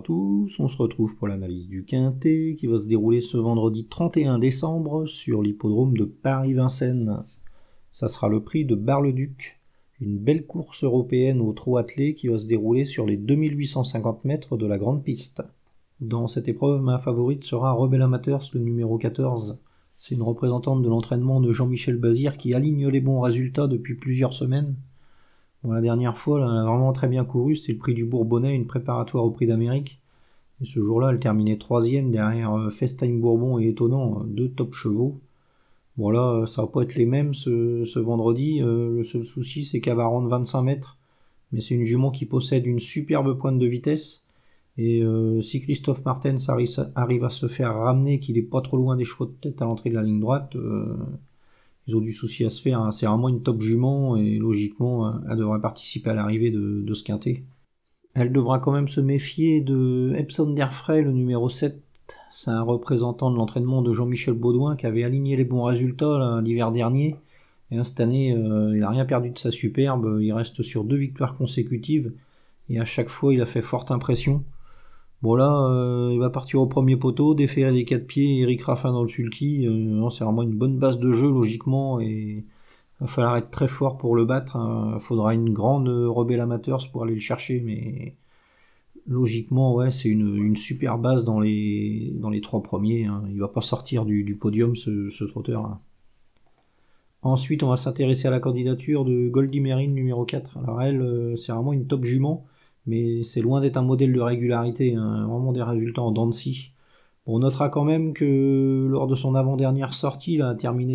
à tous, on se retrouve pour l'analyse du Quintet qui va se dérouler ce vendredi 31 décembre sur l'hippodrome de Paris-Vincennes. Ça sera le prix de Bar-le-Duc, une belle course européenne au trot attelé qui va se dérouler sur les 2850 mètres de la grande piste. Dans cette épreuve, ma favorite sera Rebel Amateurs, le numéro 14. C'est une représentante de l'entraînement de Jean-Michel Bazir qui aligne les bons résultats depuis plusieurs semaines. Bon, la dernière fois, elle a vraiment très bien couru, c'était le prix du Bourbonnais, une préparatoire au prix d'Amérique. Et ce jour-là, elle terminait 3e derrière FaceTime Bourbon et Étonnant, deux top chevaux. Bon là, ça va pas être les mêmes ce vendredi. Le seul souci, c'est qu'elle va rendre 25 mètres. Mais c'est une jument qui possède une superbe pointe de vitesse. Et si Christophe Martens arrive à se faire ramener, qu'il est pas trop loin des chevaux de tête à l'entrée de la ligne droite, ils ont du souci à se faire. C'est vraiment une top jument et logiquement, elle devrait participer à l'arrivée de ce quintet. Elle devra quand même se méfier de Epsom d'Airfray, le numéro 7. C'est un représentant de l'entraînement de Jean-Michel Baudouin qui avait aligné les bons résultats l'hiver dernier. Et cette année, il n'a rien perdu de sa superbe. Il reste sur 2 victoires consécutives. Et à chaque fois, il a fait forte impression. Bon là, il va partir au premier poteau, déférer des 4 pieds, Eric Raffin dans le sulky. C'est vraiment une bonne base de jeu logiquement et il va falloir être très fort pour le battre. Il faudra une grande Rebel Amateurs pour aller le chercher, mais logiquement, ouais, c'est une super base dans les 3 premiers. Il va pas sortir du podium ce trotteur. Ensuite, on va s'intéresser à la candidature de Goldie Merrin numéro 4. Alors elle, c'est vraiment une top jument, mais c'est loin d'être un modèle de régularité, vraiment des résultats en dents de scie. On notera quand même que lors de son avant-dernière sortie, elle a terminé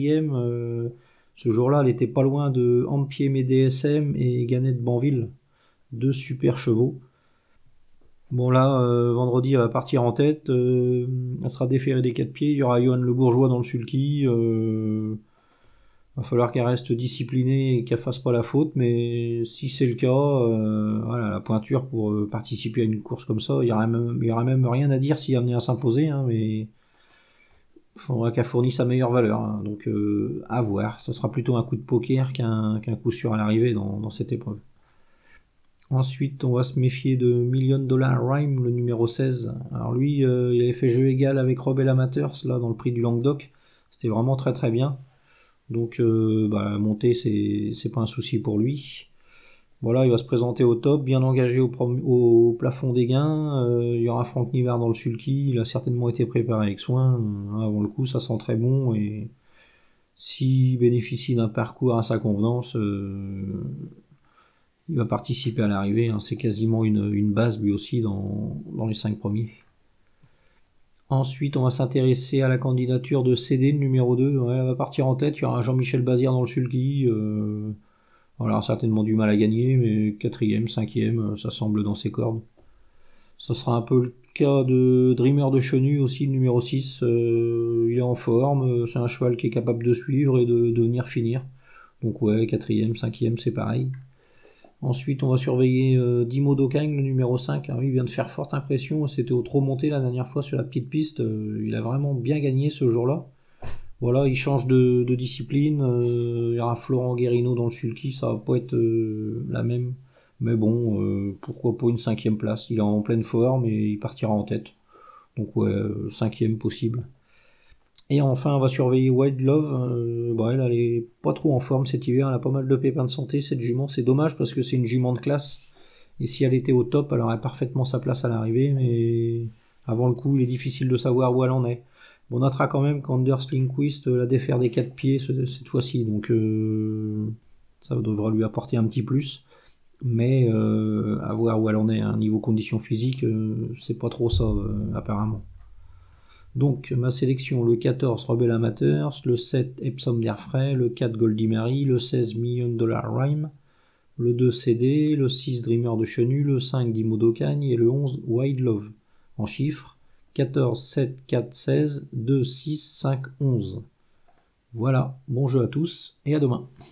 4e. Ce jour-là, elle était pas loin de Ampiem et DSM et Ganette Banville, 2 super chevaux. Bon là, vendredi, elle va partir en tête. Elle sera déférée des 4 pieds. Il y aura Johan Le Bourgeois dans le sulky. Va falloir qu'elle reste disciplinée et qu'elle fasse pas la faute, mais si c'est le cas, voilà, la pointure pour participer à une course comme ça, il y aura même rien à dire si elle venait à s'imposer, mais il faudra qu'elle fournisse sa meilleure valeur, donc à voir. Ce sera plutôt un coup de poker qu'un coup sûr à l'arrivée dans cette épreuve. Ensuite, on va se méfier de $1 Million Rhyme, le numéro 16. Alors lui, il avait fait jeu égal avec Rebel Amateurs là dans le prix du Languedoc. C'était vraiment très très bien. Donc monter, c'est pas un souci pour lui. Voilà, il va se présenter au top, bien engagé au plafond des gains. Il y aura Franck Nivard dans le sulky. Il a certainement été préparé avec soin. Avant le coup, ça sent très bon. Et s'il bénéficie d'un parcours à sa convenance, il va participer à l'arrivée. C'est quasiment une base lui aussi dans les 5 premiers. Ensuite, on va s'intéresser à la candidature de CD, le numéro 2. Ouais, elle va partir en tête. Il y aura Jean-Michel Bazir dans le sulky. Voilà, certainement du mal à gagner, mais 4e, 5e, ça semble dans ses cordes. Ça sera un peu le cas de Dreamer de Chenu aussi, le numéro 6. Il est en forme. C'est un cheval qui est capable de suivre et de venir finir. Donc ouais, 4e, 5e, c'est pareil. Ensuite, on va surveiller Dimo Dokagne, le numéro 5. Alors, il vient de faire forte impression. C'était au trop monté la dernière fois sur la petite piste. Il a vraiment bien gagné ce jour-là. Voilà, il change de discipline. Il y aura Florent Guérino dans le sulky. Ça va pas être la même. Mais bon, pourquoi pas une 5e place. Il est en pleine forme et il partira en tête. Donc ouais, 5e possible. Et enfin, on va surveiller Wild Love. Elle est pas trop en forme cet hiver. Elle a pas mal de pépins de santé, cette jument. C'est dommage parce que c'est une jument de classe. Et si elle était au top, elle aurait parfaitement sa place à l'arrivée. Mais avant le coup, il est difficile de savoir où elle en est. On notera quand même qu'Anders Lindqvist la défaire des 4 pieds cette fois-ci. Donc ça devra lui apporter un petit plus. Mais à voir où elle en est. Niveau conditions physiques, c'est pas trop ça apparemment. Donc ma sélection, le 14 Rebel Amateurs, le 7 Epsom d'Airfray, le 4 Goldie Merrin, le 16 $1 Million Rhyme, le 2 CD, le 6 Dreamer de Chenu, le 5 Dimo Dokagne et le 11 Wild Love. En chiffres, 14, 7, 4, 16, 2, 6, 5, 11. Voilà, bon jeu à tous et à demain.